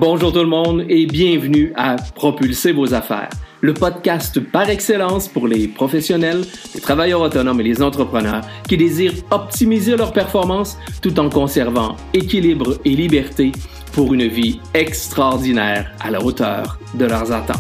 Bonjour tout le monde et bienvenue à Propulser vos affaires, le podcast par excellence pour les professionnels, les travailleurs autonomes et les entrepreneurs qui désirent optimiser leur performance tout en conservant équilibre et liberté pour une vie extraordinaire à la hauteur de leurs attentes.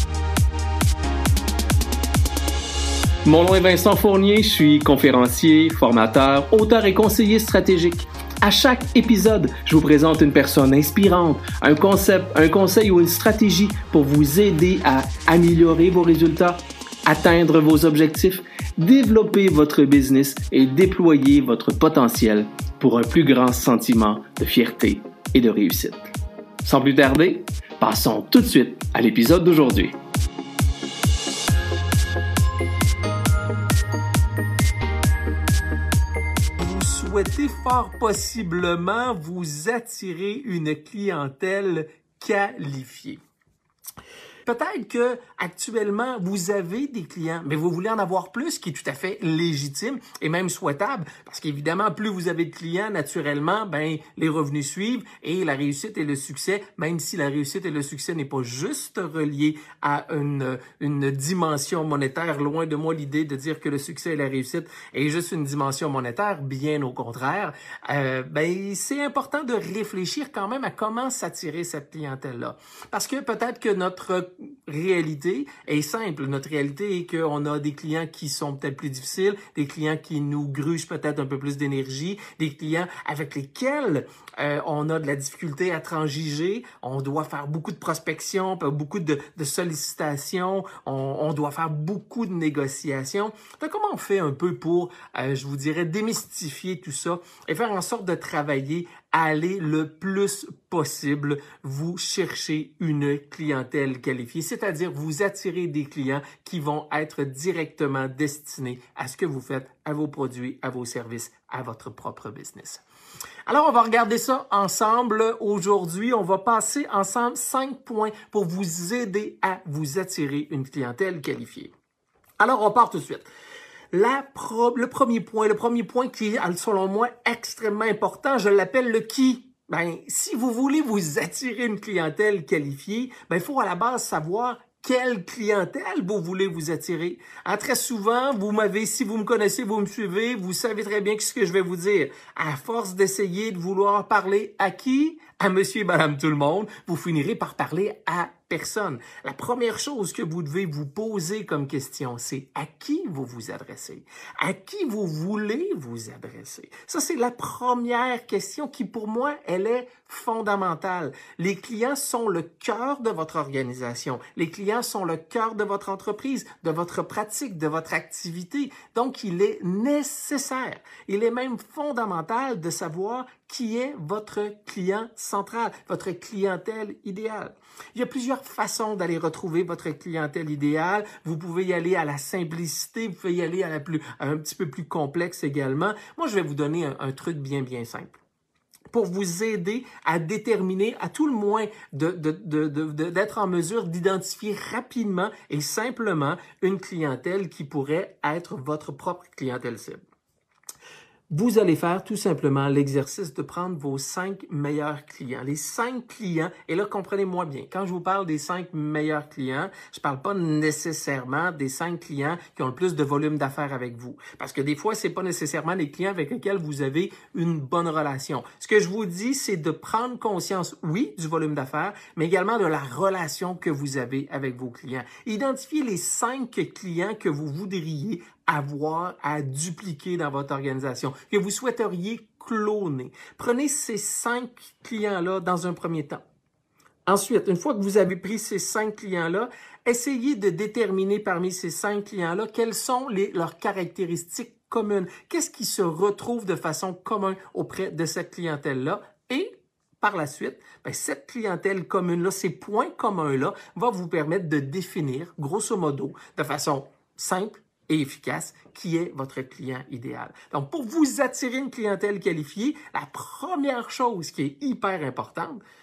Mon nom est Vincent Fournier, je suis conférencier, formateur, auteur et conseiller stratégique. À chaque épisode, je vous présente une personne inspirante, un concept, un conseil ou une stratégie pour vous aider à améliorer vos résultats, atteindre vos objectifs, développer votre business et déployer votre potentiel pour un plus grand sentiment de fierté et de réussite. Sans plus tarder, passons tout de suite à l'épisode d'aujourd'hui. Souhaitez fort possiblement vous attirer une clientèle qualifiée. Peut-être que actuellement vous avez des clients, mais vous voulez en avoir plus, ce qui est tout à fait légitime et même souhaitable, parce qu'évidemment, plus vous avez de clients, naturellement, les revenus suivent et la réussite et le succès, même si la réussite et le succès n'est pas juste relié à une dimension monétaire. Loin de moi l'idée de dire que le succès et la réussite est juste une dimension monétaire, bien au contraire. C'est important de réfléchir quand même à comment s'attirer cette clientèle-là, parce que peut-être que notre réalité est simple. Notre réalité est qu'on a des clients qui sont peut-être plus difficiles, des clients qui nous grugent peut-être un peu plus d'énergie, des clients avec lesquels on a de la difficulté à transiger, on doit faire beaucoup de prospection, beaucoup de sollicitations, on doit faire beaucoup de négociations. Donc, comment on fait un peu pour, je vous dirais, démystifier tout ça et faire en sorte de travailler à aller le plus possible vous chercher une clientèle qualifiée, c'est-à-dire vous attirer des clients qui vont être directement destinés à ce que vous faites, à vos produits, à vos services, à votre propre business. Alors, on va regarder ça ensemble aujourd'hui. On va passer ensemble 5 points pour vous aider à vous attirer une clientèle qualifiée. Alors, on part tout de suite. Le premier point qui est, selon moi, extrêmement important, je l'appelle le qui. Si vous voulez vous attirer une clientèle qualifiée, il faut à la base savoir quelle clientèle vous voulez vous attirer. Très souvent, si vous me connaissez, vous me suivez, vous savez très bien ce que je vais vous dire. À force d'essayer de vouloir parler à qui? À monsieur et madame tout le monde, vous finirez par parler à personne. La première chose que vous devez vous poser comme question, c'est à qui vous vous adressez? À qui vous voulez vous adresser? Ça, c'est la première question qui, pour moi, elle est fondamentale. Les clients sont le cœur de votre organisation. Les clients sont le cœur de votre entreprise, de votre pratique, de votre activité. Donc, il est nécessaire, il est même fondamental de savoir qui est votre client central, votre clientèle idéale. Il y a plusieurs façons d'aller retrouver votre clientèle idéale. Vous pouvez y aller à la simplicité, vous pouvez y aller à un petit peu plus complexe également. Moi, je vais vous donner un truc bien simple pour vous aider à déterminer, à tout le moins, d'être en mesure d'identifier rapidement et simplement une clientèle qui pourrait être votre propre clientèle cible. Vous allez faire tout simplement l'exercice de prendre vos 5 meilleurs clients. Les 5 clients, et là, comprenez-moi bien, quand je vous parle des 5 meilleurs clients, je parle pas nécessairement des 5 clients qui ont le plus de volume d'affaires avec vous. Parce que des fois, c'est pas nécessairement les clients avec lesquels vous avez une bonne relation. Ce que je vous dis, c'est de prendre conscience, oui, du volume d'affaires, mais également de la relation que vous avez avec vos clients. Identifiez les 5 clients que vous voudriez avoir à dupliquer dans votre organisation, que vous souhaiteriez cloner. Prenez ces 5 clients-là dans un premier temps. Ensuite, une fois que vous avez pris ces 5 clients-là, essayez de déterminer parmi ces 5 clients-là quelles sont leurs caractéristiques communes. Qu'est-ce qui se retrouve de façon commune auprès de cette clientèle-là? Et par la suite, cette clientèle commune-là, ces points communs-là, va vous permettre de définir, grosso modo, de façon simple et efficace, qui est votre client idéal. Donc, pour vous attirer une clientèle qualifiée, la première chose qui est hyper importante,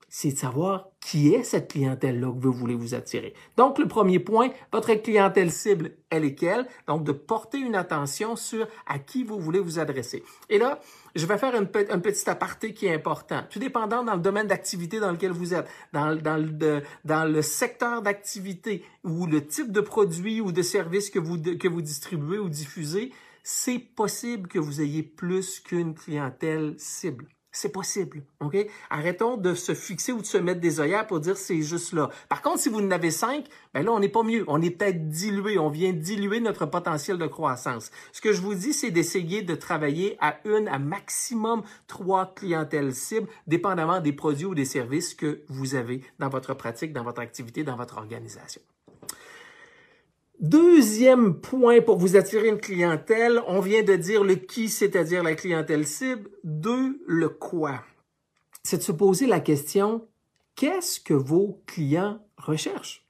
c'est de savoir qui est cette clientèle-là que vous voulez vous attirer. Donc, le premier point, votre clientèle cible, elle est quelle? Donc, de porter une attention sur à qui vous voulez vous adresser. Et là, je vais faire un petit aparté qui est important. Tout dépendant dans le domaine d'activité dans lequel vous êtes, dans le secteur d'activité ou le type de produit ou de service que vous distribuez ou diffusez, c'est possible que vous ayez plus qu'une clientèle cible. C'est possible, OK? Arrêtons de se fixer ou de se mettre des œillères pour dire c'est juste là. Par contre, si vous en avez 5, ben là, on n'est pas mieux. On est peut-être dilué. On vient diluer notre potentiel de croissance. Ce que je vous dis, c'est d'essayer de travailler à maximum 3 clientèles cibles, dépendamment des produits ou des services que vous avez dans votre pratique, dans votre activité, dans votre organisation. Deuxième point pour vous attirer une clientèle, on vient de dire le qui, c'est-à-dire la clientèle cible. 2, le quoi. C'est de se poser la question, qu'est-ce que vos clients recherchent?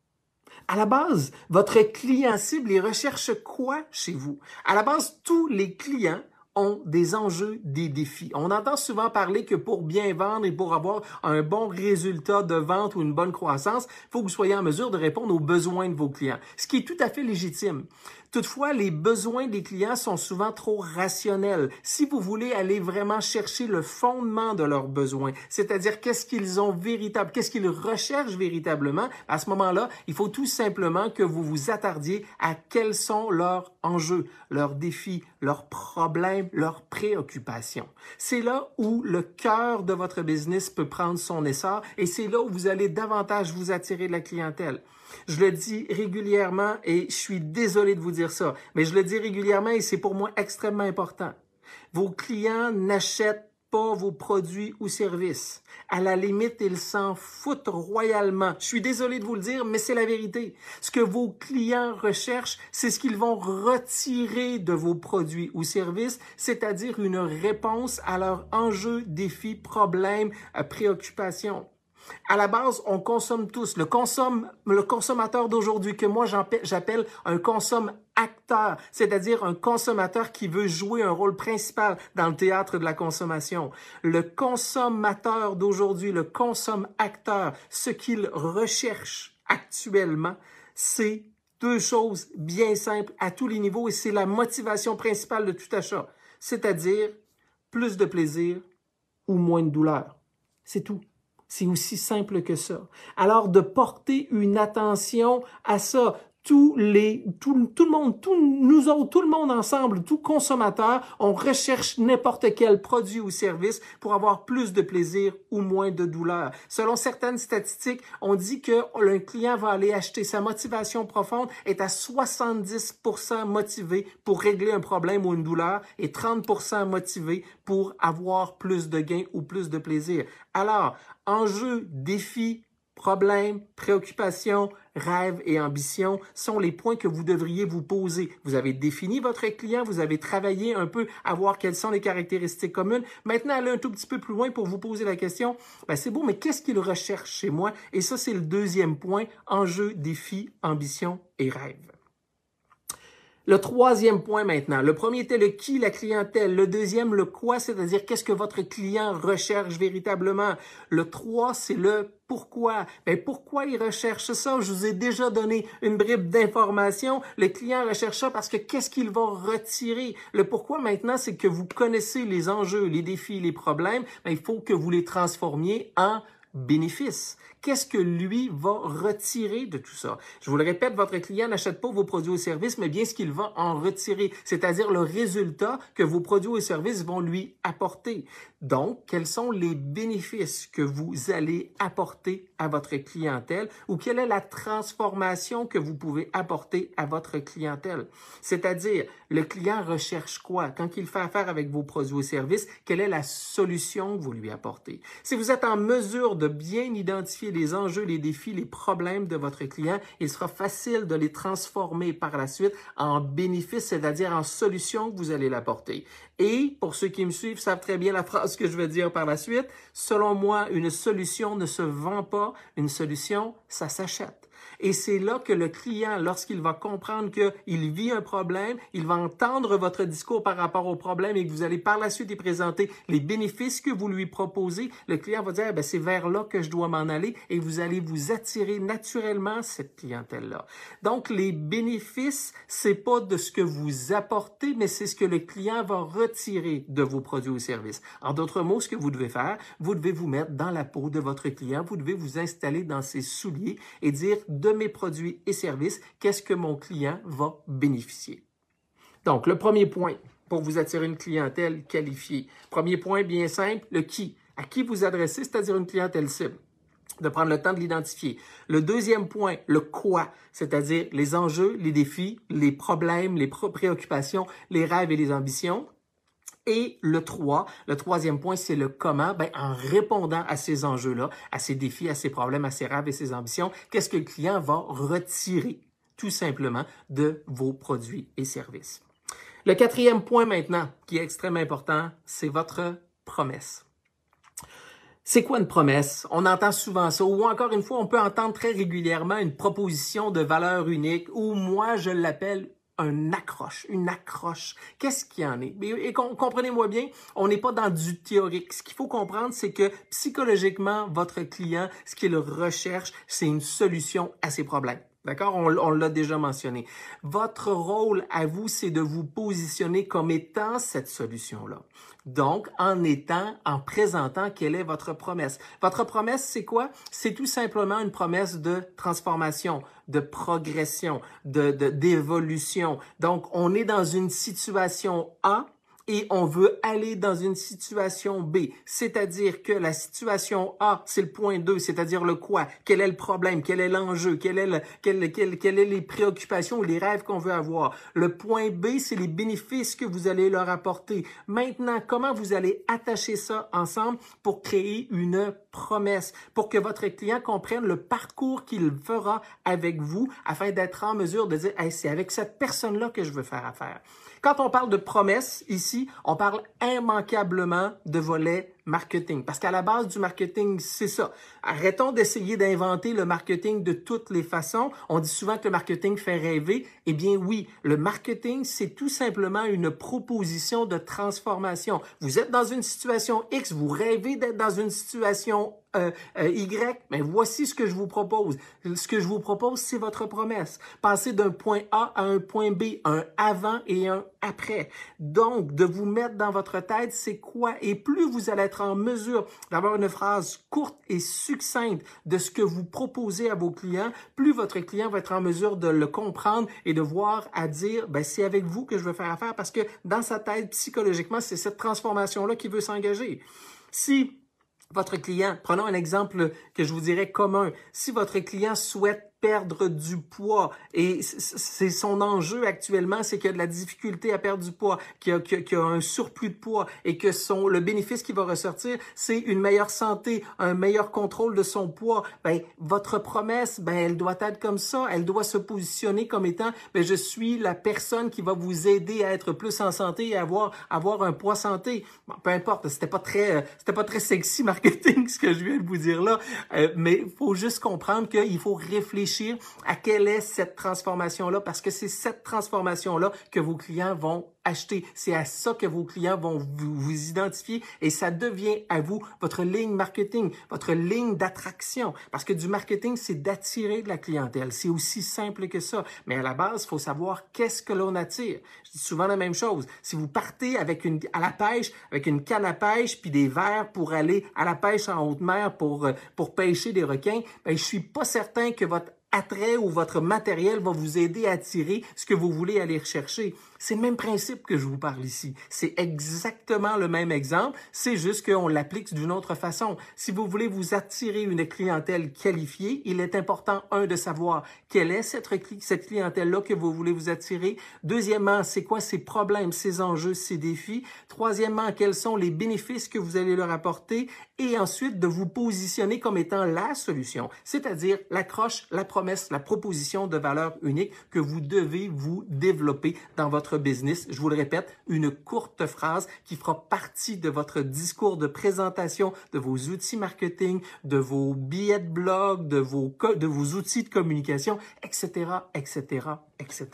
À la base, votre client cible, il recherche quoi chez vous? À la base, tous les clients ont des enjeux, des défis. On entend souvent parler que pour bien vendre et pour avoir un bon résultat de vente ou une bonne croissance, il faut que vous soyez en mesure de répondre aux besoins de vos clients, ce qui est tout à fait légitime. Toutefois, les besoins des clients sont souvent trop rationnels. Si vous voulez aller vraiment chercher le fondement de leurs besoins, c'est-à-dire qu'est-ce qu'ils ont véritable, qu'est-ce qu'ils recherchent véritablement, à ce moment-là, il faut tout simplement que vous vous attardiez à quels sont leurs enjeux, leurs défis, leurs problèmes, leurs préoccupations. C'est là où le cœur de votre business peut prendre son essor et c'est là où vous allez davantage vous attirer de la clientèle. Je le dis régulièrement et je suis désolé de vous dire ça, mais je le dis régulièrement et c'est pour moi extrêmement important. Vos clients n'achètent pas vos produits ou services. À la limite, ils s'en foutent royalement. Je suis désolé de vous le dire, mais c'est la vérité. Ce que vos clients recherchent, c'est ce qu'ils vont retirer de vos produits ou services, c'est-à-dire une réponse à leurs enjeux, défis, problèmes, préoccupations. À la base, on consomme tous. Le consommateur d'aujourd'hui, que moi j'appelle un consomme-acteur, c'est-à-dire un consommateur qui veut jouer un rôle principal dans le théâtre de la consommation. Le consommateur d'aujourd'hui, le consomme-acteur, ce qu'il recherche actuellement, c'est 2 choses bien simples à tous les niveaux et c'est la motivation principale de tout achat, c'est-à-dire plus de plaisir ou moins de douleur. C'est tout. C'est aussi simple que ça. Alors, de porter une attention à ça. Tout le monde, nous autres, tout le monde ensemble, tout consommateur, on recherche n'importe quel produit ou service pour avoir plus de plaisir ou moins de douleur. Selon certaines statistiques, on dit que un client va aller acheter, sa motivation profonde est à 70% motivé pour régler un problème ou une douleur et 30% motivé pour avoir plus de gains ou plus de plaisir. Alors, enjeux, défis, problèmes, préoccupations, rêves et ambitions sont les points que vous devriez vous poser. Vous avez défini votre client, vous avez travaillé un peu à voir quelles sont les caractéristiques communes. Maintenant, allez un tout petit peu plus loin pour vous poser la question, c'est beau, mais qu'est-ce qu'il recherche chez moi? Et ça, c'est le deuxième point, enjeux, défis, ambitions et rêves. Le troisième point maintenant. Le premier était le qui, la clientèle. Le deuxième, le quoi, c'est-à-dire qu'est-ce que votre client recherche véritablement. Le 3, c'est le pourquoi. Pourquoi il recherche ça? Je vous ai déjà donné une bribe d'information. Le client recherche ça parce que qu'est-ce qu'il va retirer? Le pourquoi maintenant, c'est que vous connaissez les enjeux, les défis, les problèmes. Il faut que vous les transformiez en bénéfice. Qu'est-ce que lui va retirer de tout ça? Je vous le répète, votre client n'achète pas vos produits ou services, mais bien ce qu'il va en retirer, c'est-à-dire le résultat que vos produits ou services vont lui apporter. Donc, quels sont les bénéfices que vous allez apporter à votre clientèle ou quelle est la transformation que vous pouvez apporter à votre clientèle? C'est-à-dire, le client recherche quoi? Quand il fait affaire avec vos produits ou services, quelle est la solution que vous lui apportez? Si vous êtes en mesure de bien identifier les enjeux, les défis, les problèmes de votre client, il sera facile de les transformer par la suite en bénéfices, c'est-à-dire en solutions que vous allez l'apporter. Et pour ceux qui me suivent, savent très bien la phrase que je vais dire par la suite. Selon moi, une solution ne se vend pas, une solution, ça s'achète. Et c'est là que le client, lorsqu'il va comprendre qu'il vit un problème, il va entendre votre discours par rapport au problème et que vous allez par la suite y présenter les bénéfices que vous lui proposez, le client va dire, c'est vers là que je dois m'en aller et vous allez vous attirer naturellement cette clientèle-là. Donc, les bénéfices, c'est pas de ce que vous apportez, mais c'est ce que le client va retirer de vos produits ou services. En d'autres mots, ce que vous devez faire, vous devez vous mettre dans la peau de votre client, vous devez vous installer dans ses souliers et dire de mes produits et services, qu'est-ce que mon client va bénéficier. Donc, le premier point pour vous attirer une clientèle qualifiée. Premier point bien simple, le qui. À qui vous adressez, c'est-à-dire une clientèle cible. De prendre le temps de l'identifier. Le deuxième point, le quoi, c'est-à-dire les enjeux, les défis, les problèmes, les préoccupations, les rêves et les ambitions. Et le troisième point, c'est le comment. En répondant à ces enjeux-là, à ces défis, à ces problèmes, à ces rêves et ces ambitions, qu'est-ce que le client va retirer tout simplement de vos produits et services. Le quatrième point maintenant, qui est extrêmement important, c'est votre promesse. C'est quoi une promesse? On entend souvent ça, ou encore une fois, on peut entendre très régulièrement une proposition de valeur unique, ou moi, je l'appelle une accroche. Qu'est-ce qu'il y en est? Et comprenez-moi bien, on n'est pas dans du théorique. Ce qu'il faut comprendre, c'est que psychologiquement, votre client, ce qu'il recherche, c'est une solution à ses problèmes. D'accord? On l'a déjà mentionné. Votre rôle à vous, c'est de vous positionner comme étant cette solution-là. Donc, en présentant quelle est votre promesse. Votre promesse, c'est quoi? C'est tout simplement une promesse de transformation, de progression, d'évolution. Donc, on est dans une situation A, et on veut aller dans une situation B. C'est-à-dire que la situation A, c'est le point 2, c'est-à-dire le quoi, quel est le problème, quel est l'enjeu, quelles est les préoccupations ou les rêves qu'on veut avoir. Le point B, c'est les bénéfices que vous allez leur apporter. Maintenant, comment vous allez attacher ça ensemble pour créer une promesse, pour que votre client comprenne le parcours qu'il fera avec vous afin d'être en mesure de dire hey, « c'est avec cette personne-là que je veux faire affaire ». Quand on parle de promesse, ici, on parle immanquablement de volet marketing. Parce qu'à la base du marketing, c'est ça. Arrêtons d'essayer d'inventer le marketing de toutes les façons. On dit souvent que le marketing fait rêver. Eh bien oui, le marketing, c'est tout simplement une proposition de transformation. Vous êtes dans une situation X, vous rêvez d'être dans une situation Y, mais voici ce que je vous propose. Ce que je vous propose, c'est votre promesse. Passez d'un point A à un point B, un avant et un après. Donc, de vous mettre dans votre tête, c'est quoi? Et plus vous allez être en mesure d'avoir une phrase courte et succincte de ce que vous proposez à vos clients, plus votre client va être en mesure de le comprendre et de voir à dire, c'est avec vous que je veux faire affaire parce que dans sa tête, psychologiquement, c'est cette transformation-là qui veut s'engager. Si votre client, prenons un exemple que je vous dirais commun, si votre client souhaite perdre du poids et c'est son enjeu actuellement, c'est qu'il y a de la difficulté à perdre du poids, qu'il y a un surplus de poids et que le bénéfice qui va ressortir, c'est une meilleure santé, un meilleur contrôle de son poids. Votre promesse, elle doit être comme ça, elle doit se positionner comme étant, je suis la personne qui va vous aider à être plus en santé et avoir un poids santé. Peu importe, c'était pas très sexy marketing ce que je viens de vous dire là, mais il faut juste comprendre qu'il faut réfléchir à quelle est cette transformation-là, parce que c'est cette transformation-là que vos clients vont acheter. C'est à ça que vos clients vont vous identifier et ça devient à vous votre ligne marketing, votre ligne d'attraction. Parce que du marketing, c'est d'attirer de la clientèle. C'est aussi simple que ça. Mais à la base, il faut savoir qu'est-ce que l'on attire. Je dis souvent la même chose. Si vous partez à la pêche, avec une canne à pêche puis des verres pour aller à la pêche en haute mer pour pêcher des requins, je suis pas certain que votre attrait ou votre matériel va vous aider à attirer ce que vous voulez aller rechercher. C'est le même principe que je vous parle ici. C'est exactement le même exemple, c'est juste qu'on l'applique d'une autre façon. Si vous voulez vous attirer une clientèle qualifiée, il est important, de savoir quelle est cette clientèle-là que vous voulez vous attirer. Deuxièmement, c'est quoi ses problèmes, ses enjeux, ses défis. Troisièmement, quels sont les bénéfices que vous allez leur apporter. Et ensuite, de vous positionner comme étant la solution, c'est-à-dire l'accroche, la promesse, la proposition de valeur unique que vous devez vous développer dans votre votre business. Je vous le répète, une courte phrase qui fera partie de votre discours de présentation, de vos outils marketing, de vos billets de blog, de vos outils de communication, etc., etc., etc.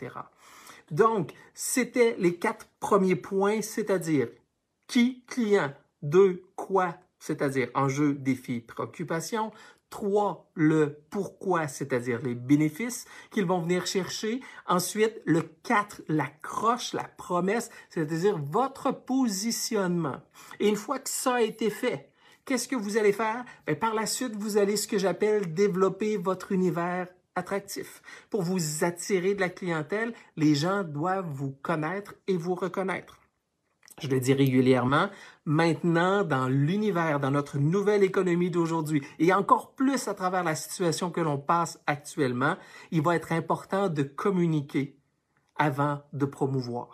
Donc, c'était les 4 premiers points, c'est-à-dire qui, client, 2, quoi, c'est-à-dire enjeu, défi, préoccupation, 3, le pourquoi, c'est-à-dire les bénéfices qu'ils vont venir chercher. Ensuite, le 4, l'accroche, la promesse, c'est-à-dire votre positionnement. Et une fois que ça a été fait, qu'est-ce que vous allez faire? Bien, par la suite, vous allez ce que j'appelle développer votre univers attractif. Pour vous attirer de la clientèle, les gens doivent vous connaître et vous reconnaître. Je le dis régulièrement, maintenant, dans l'univers, dans notre nouvelle économie d'aujourd'hui, et encore plus à travers la situation que l'on passe actuellement, il va être important de communiquer avant de promouvoir.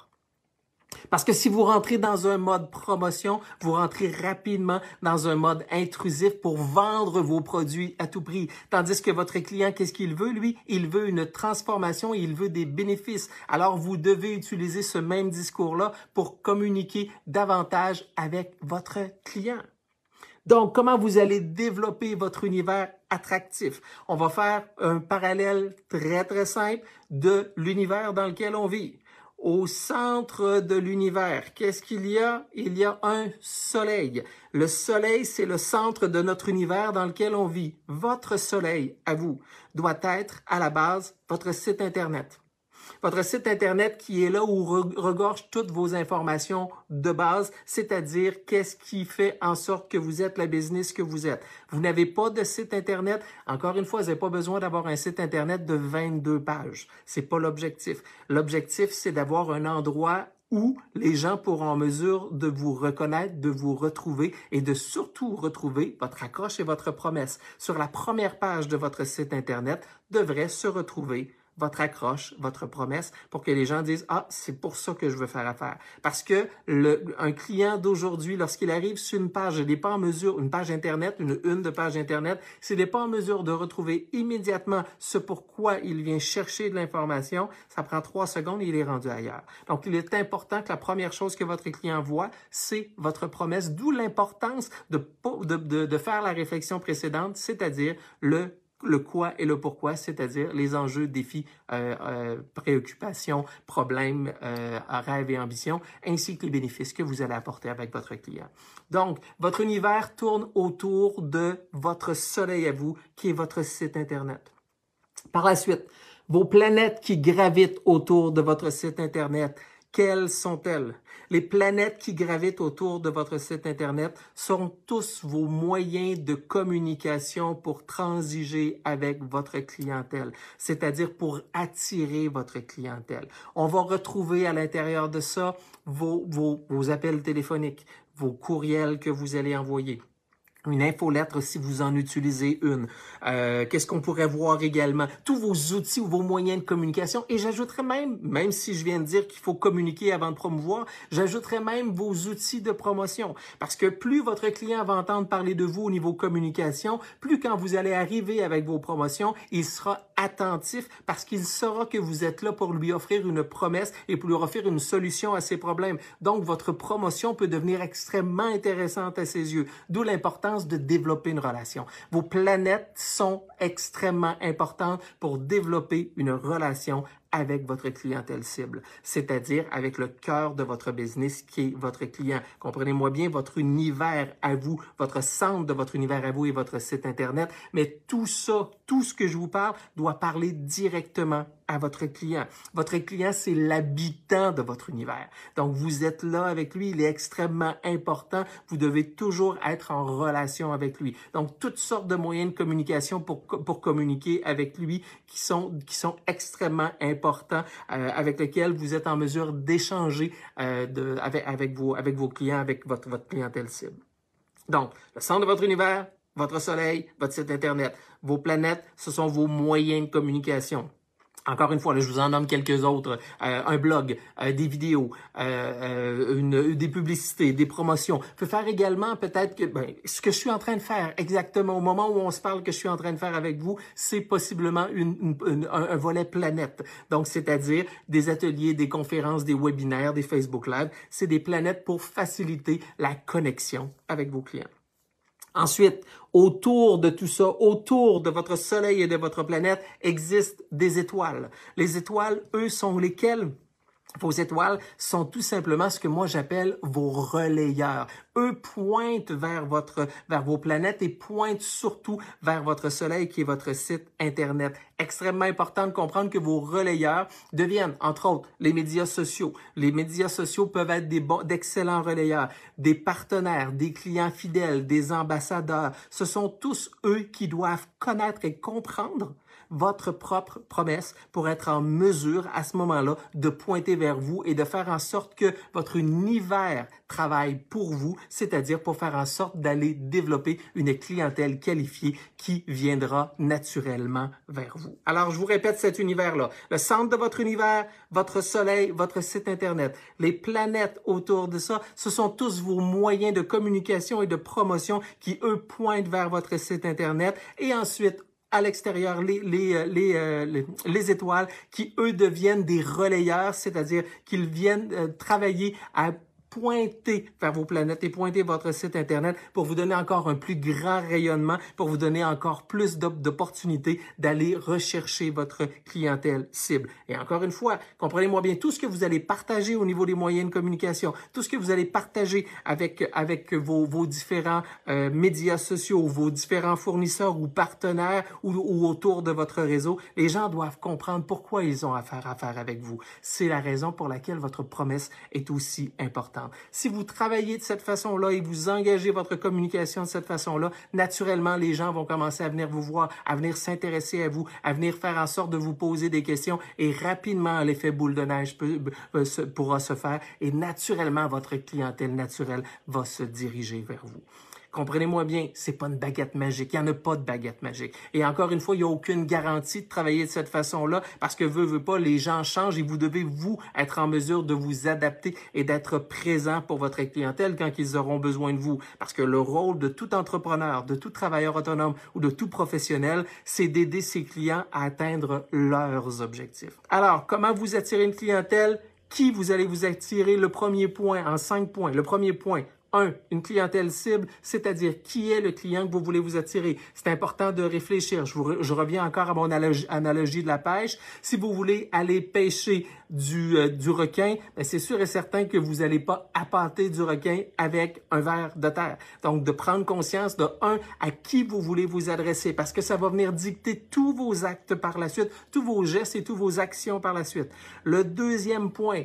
Parce que si vous rentrez dans un mode promotion, vous rentrez rapidement dans un mode intrusif pour vendre vos produits à tout prix. Tandis que votre client, qu'est-ce qu'il veut, lui? Il veut une transformation, il veut des bénéfices. Alors, vous devez utiliser ce même discours-là pour communiquer davantage avec votre client. Donc, comment vous allez développer votre univers attractif? On va faire un parallèle très, très simple de l'univers dans lequel on vit. Au centre de l'univers, qu'est-ce qu'il y a? Il y a un soleil. Le soleil, c'est le centre de notre univers dans lequel on vit. Votre soleil, à vous, doit être à la base votre site Internet. Votre site Internet qui est là où regorge toutes vos informations de base, c'est-à-dire qu'est-ce qui fait en sorte que vous êtes la business que vous êtes. Vous n'avez pas de site Internet. Encore une fois, vous n'avez pas besoin d'avoir un site Internet de 22 pages. C'est pas l'objectif. L'objectif, c'est d'avoir un endroit où les gens pourront en mesure de vous reconnaître, de vous retrouver et de surtout retrouver votre accroche et votre promesse. Sur la première page de votre site Internet devrait se retrouver votre accroche, votre promesse, pour que les gens disent « Ah, c'est pour ça que je veux faire affaire. » Parce que un client d'aujourd'hui, lorsqu'il arrive sur une page, il n'est pas en mesure, une page Internet, une de page Internet, s'il n'est pas en mesure de retrouver immédiatement ce pourquoi il vient chercher de l'information, ça prend 3 secondes et il est rendu ailleurs. Donc, il est important que la première chose que votre client voit, c'est votre promesse, d'où l'importance de faire la réflexion précédente, c'est-à-dire le quoi et le pourquoi, c'est-à-dire les enjeux, défis, préoccupations, problèmes, rêves et ambitions, ainsi que les bénéfices que vous allez apporter avec votre client. Donc, votre univers tourne autour de votre soleil à vous, qui est votre site Internet. Par la suite, vos planètes qui gravitent autour de votre site Internet, quelles sont-elles? Les planètes qui gravitent autour de votre site Internet sont tous vos moyens de communication pour transiger avec votre clientèle, c'est-à-dire pour attirer votre clientèle. On va retrouver à l'intérieur de ça vos appels téléphoniques, vos courriels que vous allez envoyer. Une infolettre si vous en utilisez une. Qu'est-ce qu'on pourrait voir également? Tous vos outils ou vos moyens de communication. Et j'ajouterais même si je viens de dire qu'il faut communiquer avant de promouvoir, j'ajouterais même vos outils de promotion. Parce que plus votre client va entendre parler de vous au niveau communication, plus quand vous allez arriver avec vos promotions, il sera attentif parce qu'il saura que vous êtes là pour lui offrir une promesse et pour lui offrir une solution à ses problèmes. Donc, votre promotion peut devenir extrêmement intéressante à ses yeux. D'où l'importance de développer une relation. Vos planètes sont extrêmement importantes pour développer une relation avec votre clientèle cible, c'est-à-dire avec le cœur de votre business qui est votre client. Comprenez-moi bien, votre univers à vous, votre centre de votre univers à vous et votre site Internet, mais tout ça, tout ce que je vous parle doit parler directement à votre client. Votre client, c'est l'habitant de votre univers. Donc, vous êtes là avec lui, il est extrêmement important. Vous devez toujours être en relation avec lui. Donc, toutes sortes de moyens de communication pour communiquer avec lui qui sont extrêmement importants, avec lesquels vous êtes en mesure d'échanger avec vos clients, avec votre clientèle cible. Donc, le centre de votre univers, votre soleil, votre site Internet. Vos planètes, ce sont vos moyens de communication. Encore une fois, là, je vous en nomme quelques autres, un blog, des vidéos, des publicités, des promotions. Peut faire également peut-être que ce que je suis en train de faire exactement au moment où on se parle que je suis en train de faire avec vous, c'est possiblement un volet planète. Donc, c'est-à-dire des ateliers, des conférences, des webinaires, des Facebook Live. C'est des planètes pour faciliter la connexion avec vos clients. Ensuite, autour de tout ça, autour de votre soleil et de votre planète, existent des étoiles. Les étoiles, eux, sont lesquelles? Vos étoiles sont tout simplement ce que moi j'appelle vos relayeurs. Eux pointent vers vos planètes et pointent surtout vers votre soleil qui est votre site Internet. Extrêmement important de comprendre que vos relayeurs deviennent, entre autres, les médias sociaux. Les médias sociaux peuvent être d'excellents relayeurs, des partenaires, des clients fidèles, des ambassadeurs. Ce sont tous eux qui doivent connaître et comprendre votre propre promesse pour être en mesure à ce moment-là de pointer vers vous et de faire en sorte que votre univers travaille pour vous, c'est-à-dire pour faire en sorte d'aller développer une clientèle qualifiée qui viendra naturellement vers vous. Alors, je vous répète cet univers-là. Le centre de votre univers, votre soleil, votre site Internet, les planètes autour de ça, ce sont tous vos moyens de communication et de promotion qui, eux, pointent vers votre site Internet et ensuite, à l'extérieur, les étoiles qui, eux, deviennent des relayeurs, c'est-à-dire qu'ils viennent travailler à pointer vers vos planètes et pointer votre site Internet pour vous donner encore un plus grand rayonnement, pour vous donner encore plus d'opportunités d'aller rechercher votre clientèle cible. Et encore une fois, comprenez-moi bien, tout ce que vous allez partager au niveau des moyens de communication, tout ce que vous allez partager avec vos différents médias sociaux, vos différents fournisseurs ou partenaires ou autour de votre réseau, les gens doivent comprendre pourquoi ils ont affaire avec vous. C'est la raison pour laquelle votre promesse est aussi importante. Si vous travaillez de cette façon-là et vous engagez votre communication de cette façon-là, naturellement, les gens vont commencer à venir vous voir, à venir s'intéresser à vous, à venir faire en sorte de vous poser des questions et rapidement, l'effet boule de neige pourra se faire et naturellement, votre clientèle naturelle va se diriger vers vous. Comprenez-moi bien, c'est pas une baguette magique. Il n'y en a pas de baguette magique. Et encore une fois, il n'y a aucune garantie de travailler de cette façon-là parce que veut pas, les gens changent et vous devez, vous, être en mesure de vous adapter et d'être présent pour votre clientèle quand ils auront besoin de vous. Parce que le rôle de tout entrepreneur, de tout travailleur autonome ou de tout professionnel, c'est d'aider ses clients à atteindre leurs objectifs. Alors, comment vous attirer une clientèle? Qui vous allez vous attirer? Le premier point en 5 points. Le premier point. 1. Une clientèle cible, c'est-à-dire qui est le client que vous voulez vous attirer. C'est important de réfléchir. Je reviens encore à mon analogie de la pêche. Si vous voulez aller pêcher du requin, c'est sûr et certain que vous n'allez pas appâter du requin avec un ver de terre. Donc, de prendre conscience de à qui vous voulez vous adresser parce que ça va venir dicter tous vos actes par la suite, tous vos gestes et toutes vos actions par la suite. Le deuxième point,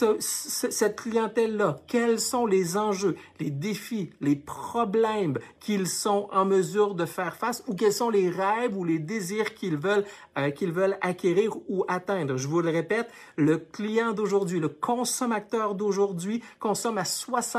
cette clientèle-là, quels sont les enjeux, les défis, les problèmes qu'ils sont en mesure de faire face ou quels sont les rêves ou les désirs qu'ils veulent acquérir ou atteindre. Je vous le répète, le client d'aujourd'hui, le consommateur d'aujourd'hui consomme à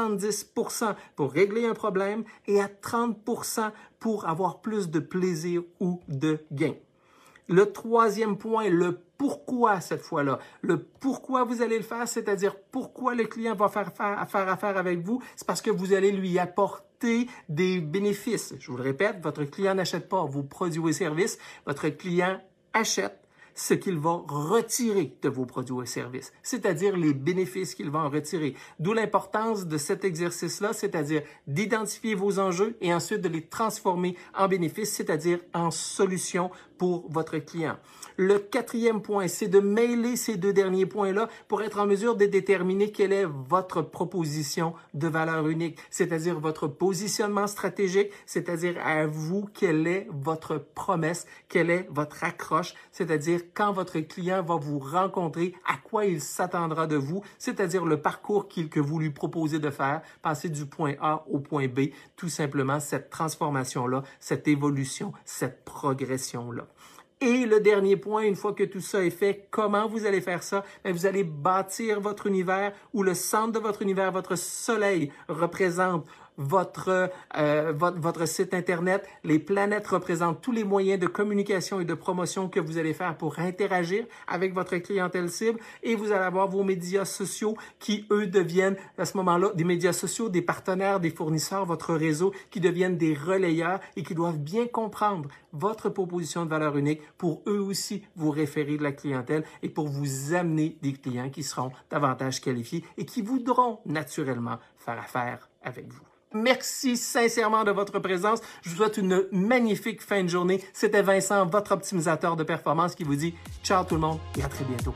70% pour régler un problème et à 30% pour avoir plus de plaisir ou de gain. Le troisième point, le pourquoi cette fois-là. Le pourquoi vous allez le faire, c'est-à-dire pourquoi le client va faire affaire avec vous, c'est parce que vous allez lui apporter des bénéfices. Je vous le répète, votre client n'achète pas vos produits et services, votre client achète ce qu'il va retirer de vos produits et services, c'est-à-dire les bénéfices qu'il va en retirer. D'où l'importance de cet exercice-là, c'est-à-dire d'identifier vos enjeux et ensuite de les transformer en bénéfices, c'est-à-dire en solutions pour votre client. Le quatrième point, c'est de mêler ces deux derniers points-là pour être en mesure de déterminer quelle est votre proposition de valeur unique, c'est-à-dire votre positionnement stratégique, c'est-à-dire à vous, quelle est votre promesse, quelle est votre accroche, c'est-à-dire quand votre client va vous rencontrer, à quoi il s'attendra de vous, c'est-à-dire le parcours que vous lui proposez de faire, passer du point A au point B, tout simplement cette transformation-là, cette évolution, cette progression-là. Et le dernier point, une fois que tout ça est fait, comment vous allez faire ça? Bien, vous allez bâtir votre univers où le centre de votre univers, votre soleil, représente votre site Internet. Les planètes représentent tous les moyens de communication et de promotion que vous allez faire pour interagir avec votre clientèle cible. Et vous allez avoir vos médias sociaux qui, eux, deviennent à ce moment-là des médias sociaux, des partenaires, des fournisseurs, votre réseau qui deviennent des relayeurs et qui doivent bien comprendre votre proposition de valeur unique pour eux aussi vous référer de la clientèle et pour vous amener des clients qui seront davantage qualifiés et qui voudront naturellement faire affaire avec vous. Merci sincèrement de votre présence. Je vous souhaite une magnifique fin de journée. C'était Vincent, votre optimisateur de performance qui vous dit ciao tout le monde et à très bientôt.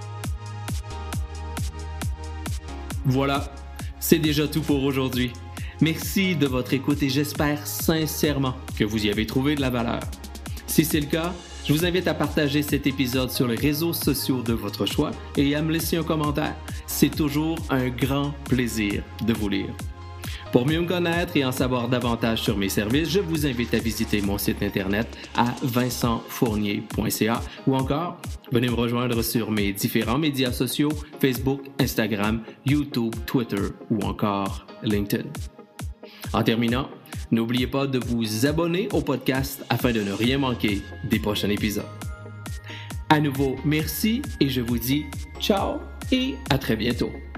Voilà, c'est déjà tout pour aujourd'hui. Merci de votre écoute et j'espère sincèrement que vous y avez trouvé de la valeur. Si c'est le cas, je vous invite à partager cet épisode sur les réseaux sociaux de votre choix et à me laisser un commentaire. C'est toujours un grand plaisir de vous lire. Pour mieux me connaître et en savoir davantage sur mes services, je vous invite à visiter mon site internet à vincentfournier.ca ou encore, venez me rejoindre sur mes différents médias sociaux, Facebook, Instagram, YouTube, Twitter ou encore LinkedIn. En terminant, n'oubliez pas de vous abonner au podcast afin de ne rien manquer des prochains épisodes. À nouveau, merci et je vous dis ciao et à très bientôt.